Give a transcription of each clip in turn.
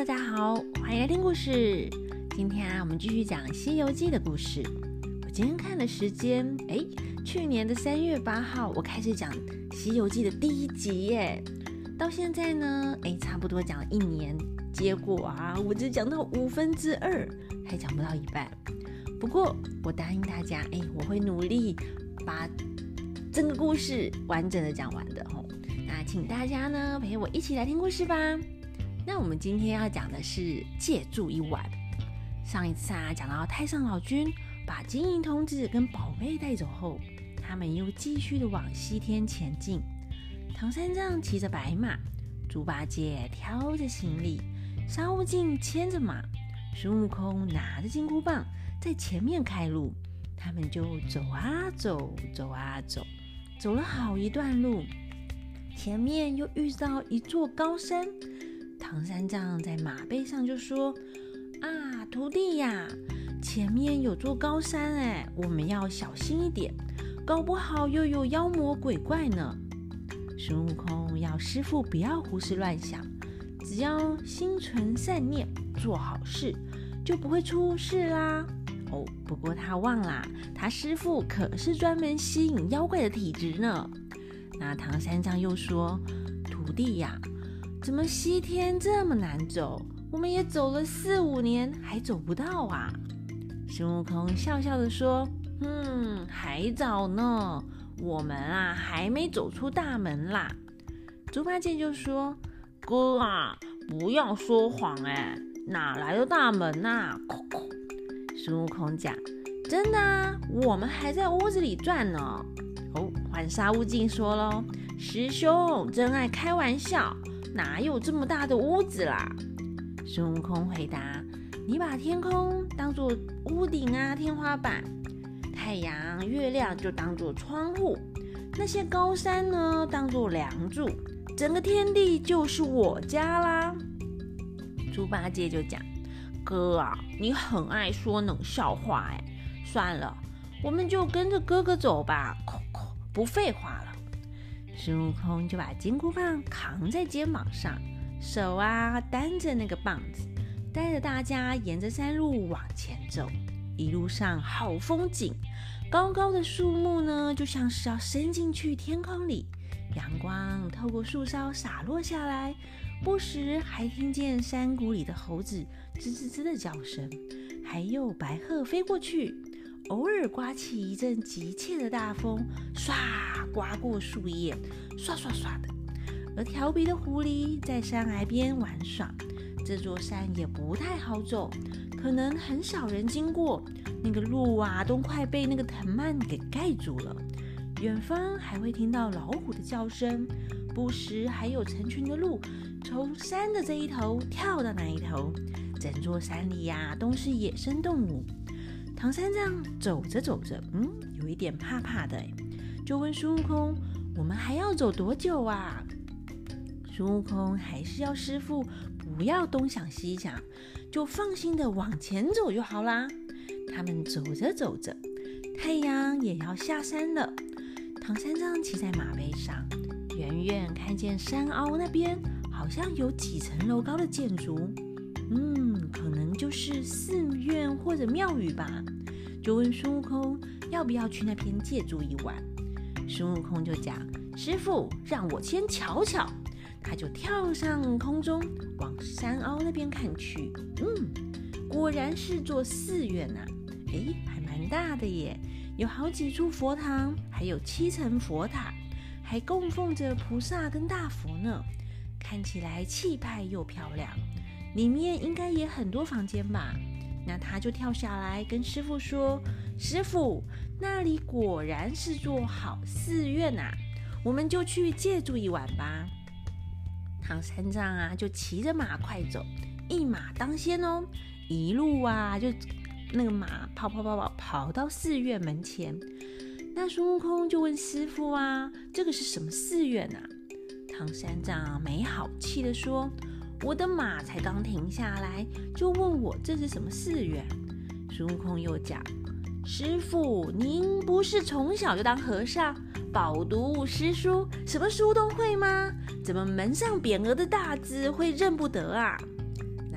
大家好，欢迎来听故事。今天我们继续讲《西游记》的故事。我今天看的时间，去年的3月8号，我开始讲《西游记》的第1集耶。到现在呢，差不多讲了1年。结果我只讲到2/5，还讲不到一半。不过我答应大家，我会努力把整个故事完整的讲完的吼。那请大家呢陪我一起来听故事吧。那我们今天要讲的是借住一晚。上一次讲到太上老君把金银童子跟宝贝带走后，他们又继续的往西天前进。唐三藏骑着白马，猪八戒挑着行李，沙悟净牵着马，孙悟空拿着金箍棒在前面开路。他们就走啊走，走啊走，走了好一段路，前面又遇到一座高山。唐三藏在马背上就说：徒弟呀，前面有座高山我们要小心一点，搞不好又有妖魔鬼怪呢。孙悟空要师父不要胡思乱想，只要心存善念，做好事，就不会出事啦。不过他忘了，他师父可是专门吸引妖怪的体质呢。那唐三藏又说：徒弟呀，怎么西天这么难走？我们也走了4、5年，还走不到啊。孙悟空笑笑的说：还早呢，我们还没走出大门啦。猪八戒就说：哥不要说谎哪来的大门啊？孙悟空讲：真的我们还在屋子里转呢。换沙悟净说咯：师兄真爱开玩笑，哪有这么大的屋子啦？孙悟空回答：你把天空当作屋顶天花板，太阳月亮就当作窗户，那些高山呢当作梁柱，整个天地就是我家啦。猪八戒就讲：哥你很爱说冷笑话算了，我们就跟着哥哥走吧，不废话了。孙悟空就把金箍棒扛在肩膀上，手担着那个棒子，带着大家沿着山路往前走。一路上好风景，高高的树木呢就像是要伸进去天空里，阳光透过树梢洒落下来，不时还听见山谷里的猴子吱吱吱的叫声，还有白鹤飞过去，偶尔刮起一阵急切的大风，唰刮过树叶，唰唰唰的。而调皮的狐狸在山崖边玩耍，这座山也不太好走，可能很少人经过，那个路都快被那个藤蔓给盖住了。远方还会听到老虎的叫声，不时还有成群的鹿从山的这一头跳到那一头，整座山里都是野生动物。唐三藏走着走着，有一点怕怕的就问孙悟空：我们还要走多久啊？孙悟空还是要师父不要东想西想，就放心的往前走就好啦。他们走着走着，太阳也要下山了。唐三藏骑在马背上，远远看见山凹那边好像有几层楼高的建筑，可能就是寺院或者庙宇吧。就问孙悟空要不要去那边借住一晚。孙悟空就讲：师父让我先瞧瞧。他就跳上空中，往山凹那边看去。果然是座寺院还蛮大的耶，有好几处佛堂，还有7层佛塔，还供奉着菩萨跟大佛呢，看起来气派又漂亮。里面应该也很多房间吧。那他就跳下来跟师父说：师父，那里果然是座好寺院我们就去借住一晚吧。唐三藏就骑着马快走，一马当先一路就那个马跑到寺院门前。那孙悟空就问师父这个是什么寺院唐三藏没好气的说：我的马才刚停下来，就问我这是什么寺院。孙悟空又讲：师父，您不是从小就当和尚，饱读诗书，什么书都会吗？怎么门上匾额的大字会认不得啊？那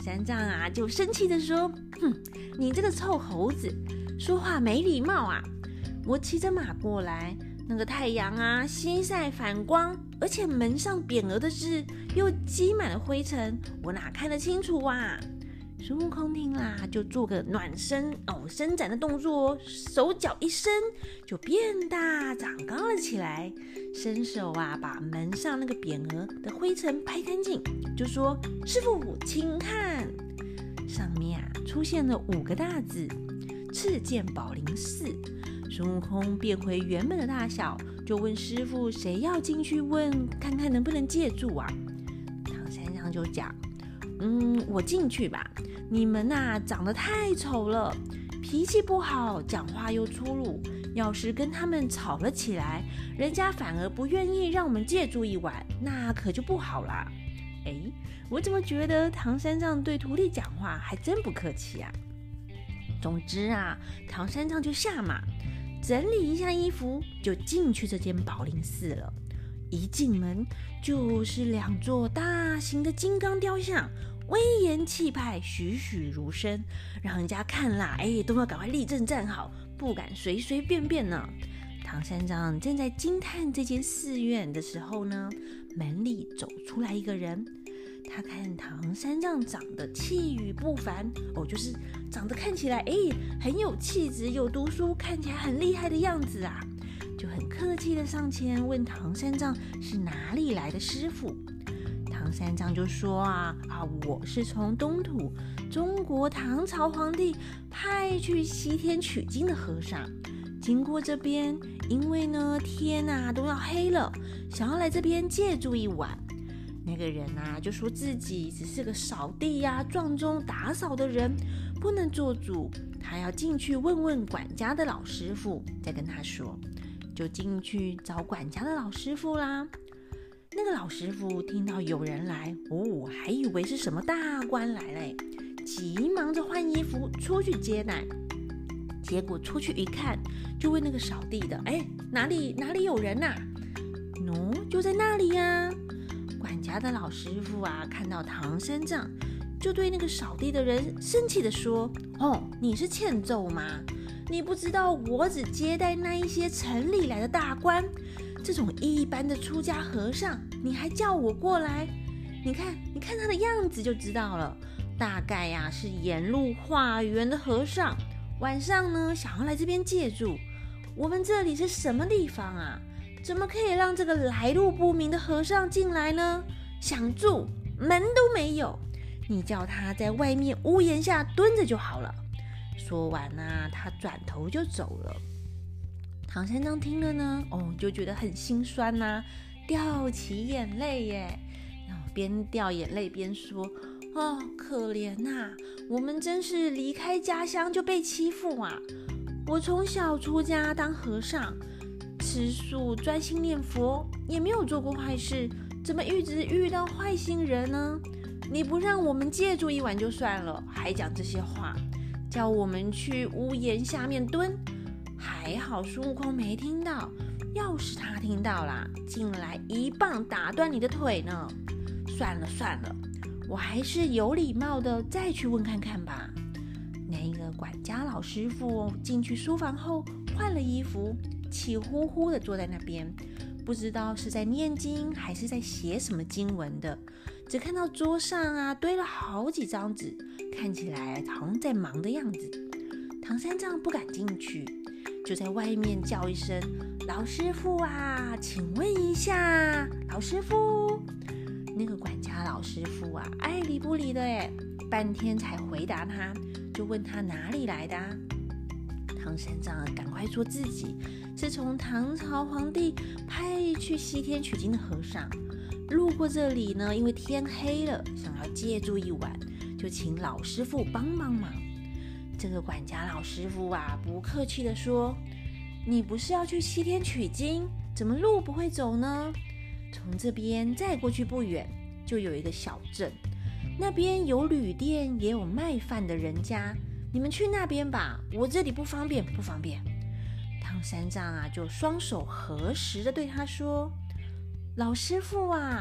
三藏啊就生气地说：“哼，你这个臭猴子，说话没礼貌啊！我骑着马过来，那个太阳啊西晒反光，而且门上匾额的字又积满了灰尘，我哪看得清楚啊？”孙悟空听啦，就做个暖身伸展的动作，手脚一伸，就变大长高了起来，伸手啊把门上那个匾额的灰尘拍干净，就说：“师父，请看。”上面啊出现了5个大字：赤剑宝林寺。孙悟空变回原本的大小，就问师父谁要进去问看看能不能借住啊？唐三藏就讲：“我进去吧。你们啊长得太丑了，脾气不好，讲话又粗鲁，要是跟他们吵了起来，人家反而不愿意让我们借住一晚，那可就不好啦。”我怎么觉得唐三藏对徒弟讲话还真不客气啊？总之啊，唐三藏就下马，整理一下衣服，就进去这间宝林寺了。一进门就是2座大型的金刚雕像，威严气派，栩栩如生，让人家看啦，都要赶快立正站好，不敢随随便便呢。唐三藏正在惊叹这间寺院的时候呢，门里走出来一个人。他看唐三藏长得气宇不凡，就是长得看起来很有气质，有读书，看起来很厉害的样子啊，就很客气的上前问唐三藏是哪里来的师傅。唐三藏就说我是从东土中国唐朝皇帝派去西天取经的和尚，经过这边，因为呢天都要黑了，想要来这边借住一晚。那个人就说自己只是个扫地撞钟打扫的人，不能做主，他要进去问问管家的老师傅，再跟他说。就进去找管家的老师傅啦。那个老师傅听到有人来，还以为是什么大官来嘞，急忙着换衣服出去接待。结果出去一看，就问那个扫地的：“哪里有人啊？”“就在那里呀。”管家的老师傅看到唐三藏，就对那个扫地的人生气地说：“你是欠揍吗？你不知道我只接待那一些城里来的大官，这种一般的出家和尚，你还叫我过来？你看他的样子就知道了，大概是沿路化缘的和尚，晚上呢想要来这边借住。我们这里是什么地方啊？怎么可以让这个来路不明的和尚进来呢？想住门都没有，你叫他在外面屋檐下蹲着就好了。”说完他转头就走了。唐三藏听了呢，就觉得很心酸掉起眼泪耶。然后边掉眼泪边说：“可怜我们真是离开家乡就被欺负啊！我从小出家当和尚，吃素专心念佛，也没有做过坏事，怎么一直遇到坏心人呢？你不让我们借住一晚就算了，还讲这些话，叫我们去屋檐下面蹲。还好孙悟空没听到，要是他听到啦，进来一棒打断你的腿呢。算了，我还是有礼貌的再去问看看吧。”那个管家老师傅进去书房后换了衣服，气呼呼的坐在那边，不知道是在念经还是在写什么经文的，只看到桌上堆了好几张纸，看起来好像在忙的样子。唐三藏不敢进去，就在外面叫一声：“老师傅请问一下，老师傅。”那个管家老师傅爱理不理的半天才回答他，就问他哪里来的。唐三藏赶快说自己是从唐朝皇帝派去西天取经的和尚，路过这里呢，因为天黑了，想要借住一晚，就请老师傅帮忙。这个管家老师傅不客气地说：“你不是要去西天取经，怎么路不会走呢？从这边再过去不远，就有一个小镇，那边有旅店，也有卖饭的人家，你们去那边吧，我这里不方便。”唐三藏就双手合十的对他说：“老师傅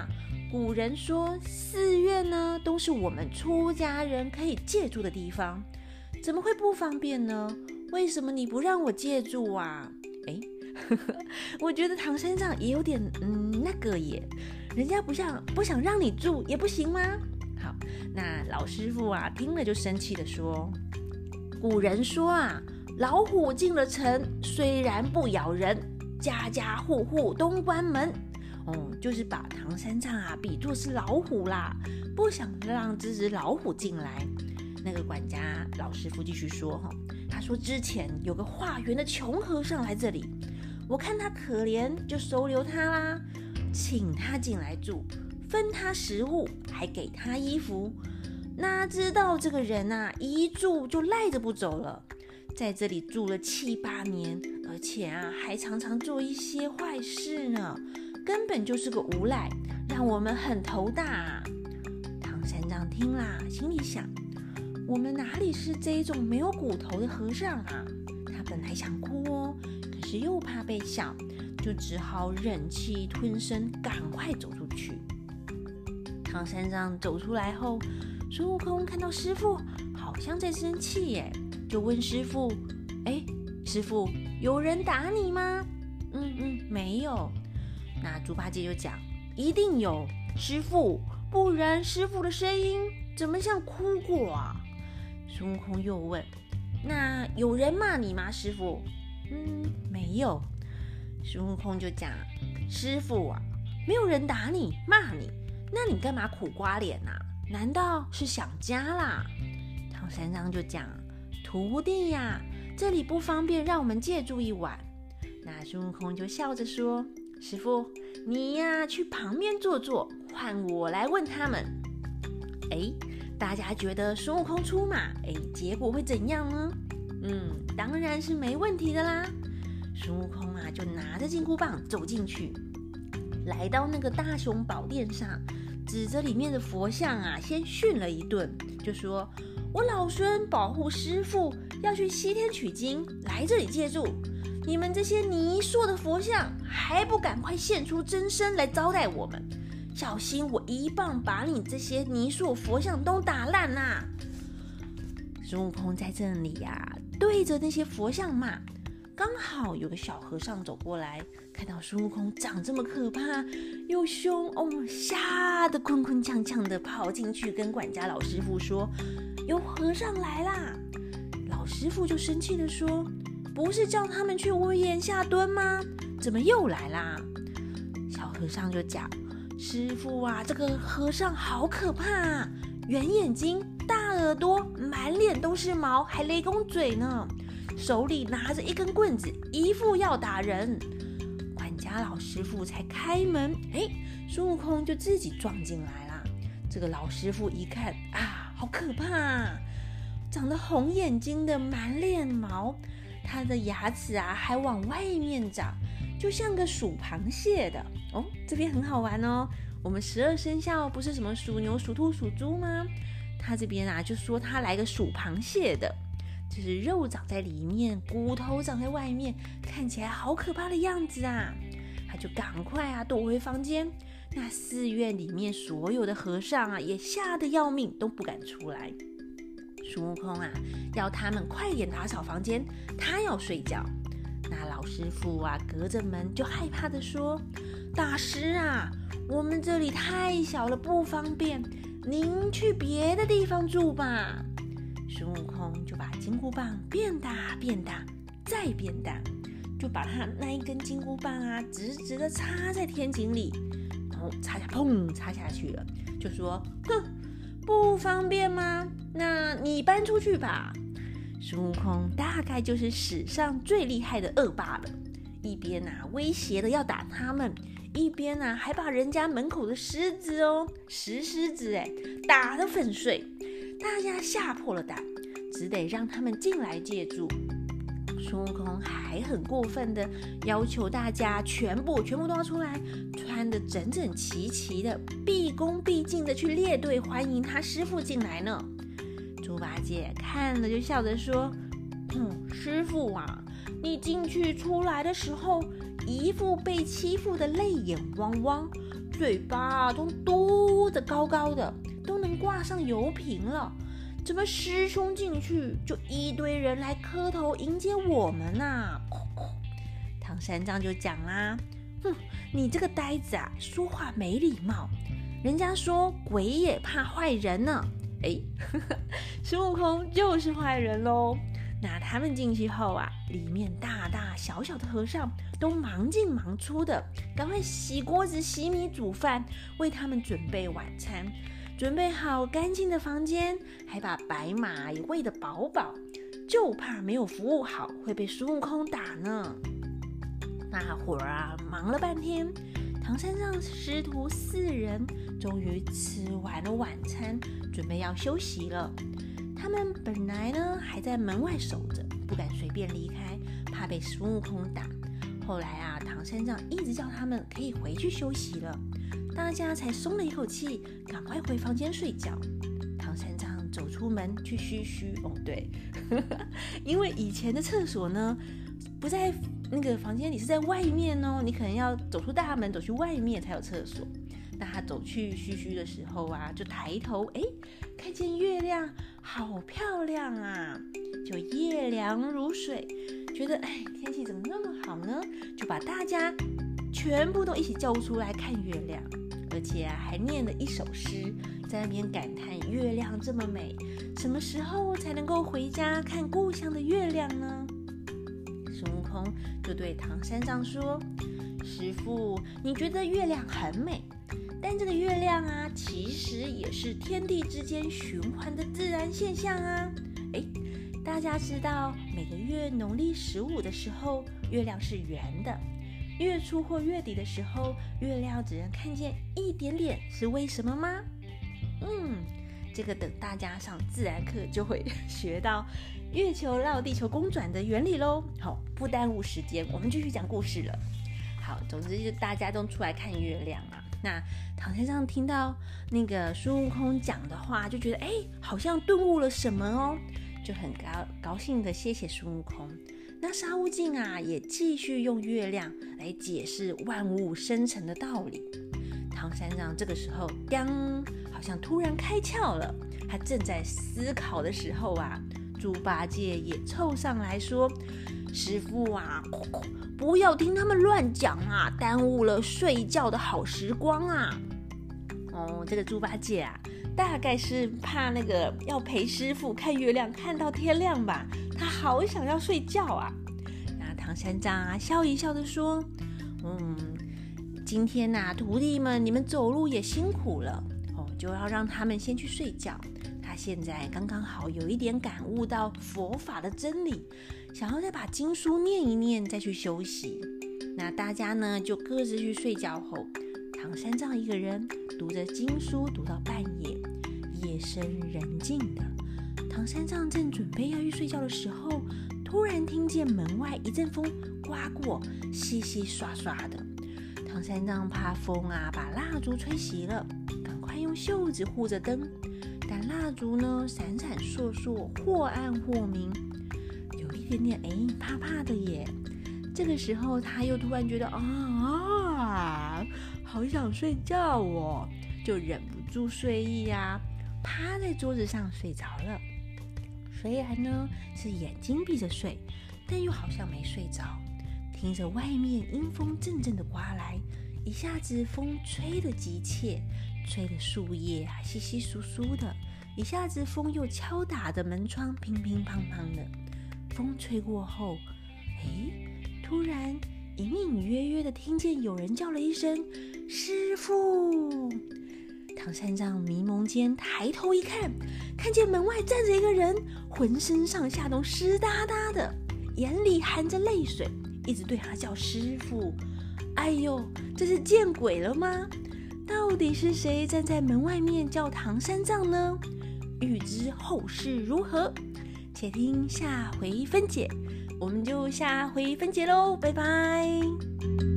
古人说寺院呢都是我们出家人可以借住的地方，怎么会不方便呢？为什么你不让我借住啊？我觉得唐三藏也有点那个耶，人家不想让你住也不行吗？好，那老师傅啊听了就生气地说，古人说啊，老虎进了城，虽然不咬人，家家户户都关门。就是把唐三藏啊比作是老虎啦，不想让这只老虎进来。那个管家老师傅继续说，他说之前有个化缘的穷和尚来这里，我看他可怜，就收留他啦，请他进来住，分他食物，还给他衣服。哪知道这个人啊，一住就赖着不走了，在这里住了7、8年，而且啊，还常常做一些坏事呢，根本就是个无赖，让我们很头大啊。唐三藏听啦，心里想，我们哪里是这种没有骨头的和尚啊？他本来想哭哦，可是又怕被笑，就只好忍气吞声，赶快走出去。唐三藏走出来后，孙悟空看到师父好像在生气耶，就问师父，师父，有人打你吗？没有。那猪八戒就讲，一定有，师父，不然师父的声音怎么像哭过啊？孙悟空又问，那有人骂你吗，师父？没有。孙悟空就讲，师父啊，没有人打你骂你，那你干嘛苦瓜脸啊？难道是想家啦？唐三藏就讲，徒弟呀，这里不方便让我们借住一晚。那孙悟空就笑着说，师父，你呀去旁边坐坐，换我来问他们。大家觉得孙悟空出马，结果会怎样呢？当然是没问题的啦。孙悟空啊，就拿着金箍棒走进去，来到那个大雄宝殿上，指着里面的佛像啊，先训了一顿，就说，我老孙保护师父要去西天取经，来这里借住，你们这些泥塑的佛像还不赶快现出真身来招待我们，小心我一棒把你这些泥塑佛像都打烂啦！孙悟空在这里啊，对着那些佛像骂，刚好有个小和尚走过来，看到孙悟空长这么可怕又凶，吓得跼跼跄跄的跑进去跟管家老师傅说，有和尚来啦！老师傅就生气的说，不是叫他们去屋檐下蹲吗？怎么又来啦？小和尚就讲，师傅啊，这个和尚好可怕啊，圆眼睛，大耳朵，满脸都是毛，还雷公嘴呢，手里拿着一根棍子，一副要打人。管家老师傅才开门，孙悟空就自己撞进来啦。这个老师傅一看啊，好可怕啊，长得红眼睛的，满脸毛，他的牙齿啊还往外面长，就像个属螃蟹的。这边很好玩哦，我们12生肖不是什么属牛、属兔、属猪吗？他这边啊就说他来个属螃蟹的，就是肉长在里面，骨头长在外面，看起来好可怕的样子啊！他就赶快啊躲回房间。那寺院里面所有的和尚啊也吓得要命，都不敢出来。孙悟空啊要他们快点打扫房间，他要睡觉。那老师傅啊隔着门就害怕的说，大师啊，我们这里太小了，不方便，您去别的地方住吧。孙悟空就把金箍棒变大变大再变大，就把他那一根金箍棒啊直直的插在天井里，然后插下去了，就说，不方便吗？那你搬出去吧。孙悟空大概就是史上最厉害的恶霸了，一边威胁的要打他们，一边还把人家门口的狮子石狮子打得粉碎。大家吓破了胆，只得让他们进来借住。孙悟空还很过分的要求大家全部都要出来，穿得整整齐齐的，毕恭毕敬的去列队欢迎他师父进来呢。猪八戒看了就笑着说，师父啊，你进去出来的时候，一副被欺负的泪眼汪汪， 嘴巴都嘟得高高的，都能挂上油瓶了。怎么师兄进去就一堆人来磕头迎接我们啊？唐三藏就讲啦，你这个呆子啊，说话没礼貌。人家说鬼也怕坏人呢。孙悟空就是坏人咯。那他们进去后啊，里面大大小小的和尚都忙进忙出的，赶快洗锅子、洗米、煮饭，为他们准备晚餐，准备好干净的房间，还把白马也喂得饱饱，就怕没有服务好会被孙悟空打呢。那会儿啊，忙了半天，唐三藏师徒4人终于吃完了晚餐，准备要休息了。他们本来呢还在门外守着，不敢随便离开，怕被孙悟空打。后来啊，唐三藏一直叫他们可以回去休息了，大家才松了一口气，赶快回房间睡觉。唐三藏走出门去嘘嘘，对，因为以前的厕所呢不在那个房间里，是在外面哦，你可能要走出大门，走去外面才有厕所。那他走去嘘嘘的时候啊，就抬头，看见月亮好漂亮啊，就夜凉如水，觉得天气怎么那么好呢？就把大家全部都一起叫出来看月亮，而且还念了一首诗，在那边感叹月亮这么美，什么时候才能够回家看故乡的月亮呢？孙悟空就对唐三藏说，师父，你觉得月亮很美，但这个月亮啊，其实也是天地之间循环的自然现象啊。大家知道每个月农历15的时候，月亮是圆的，月初或月底的时候，月亮只能看见一点点，是为什么吗？这个等大家上自然课就会学到月球绕地球公转的原理咯。好，不耽误时间，我们继续讲故事了。好，总之就大家都出来看月亮啊。那唐三藏听到那个孙悟空讲的话，就觉得好像顿悟了什么哦，就很高兴的谢谢孙悟空。那沙悟净啊，也继续用月亮来解释万物生成的道理。唐三藏这个时候好像突然开窍了，他正在思考的时候啊，猪八戒也凑上来说，师父啊，不要听他们乱讲啊，耽误了睡觉的好时光啊。这个猪八戒啊，大概是怕那个要陪师父看月亮看到天亮吧，他好想要睡觉啊。那唐三藏啊，笑一笑的说，今天啊，徒弟们你们走路也辛苦了，就要让他们先去睡觉。他现在刚刚好有一点感悟到佛法的真理，想要再把经书念一念再去休息。那大家呢就各自去睡觉后，唐三藏一个人读着经书读到半夜，夜深人静的，唐三藏正准备要去睡觉的时候，突然听见门外一阵风刮过，稀稀刷刷的。唐三藏怕风啊把蜡烛吹熄了，赶快用袖子护着灯，但蜡烛呢闪闪烁烁，或暗或明，有一点点怕怕的耶。这个时候他又突然觉得好想睡觉哦，就忍不住睡意啊，趴在桌子上睡着了。虽然呢是眼睛闭着睡，但又好像没睡着，听着外面阴风阵阵的刮来，一下子风吹得急切，吹得树叶啊稀稀疏疏的，一下子风又敲打的门窗乒乒乓乓的。风吹过后，突然隐隐约约的听见有人叫了一声师父。唐三藏迷蒙间抬头一看，看见门外站着一个人，浑身上下都湿哒哒的，眼里含着泪水，一直对他叫师父。这是见鬼了吗？到底是谁站在门外面叫唐三藏呢？欲知后事如何，且听下回分解。我们就下回分解咯，拜拜。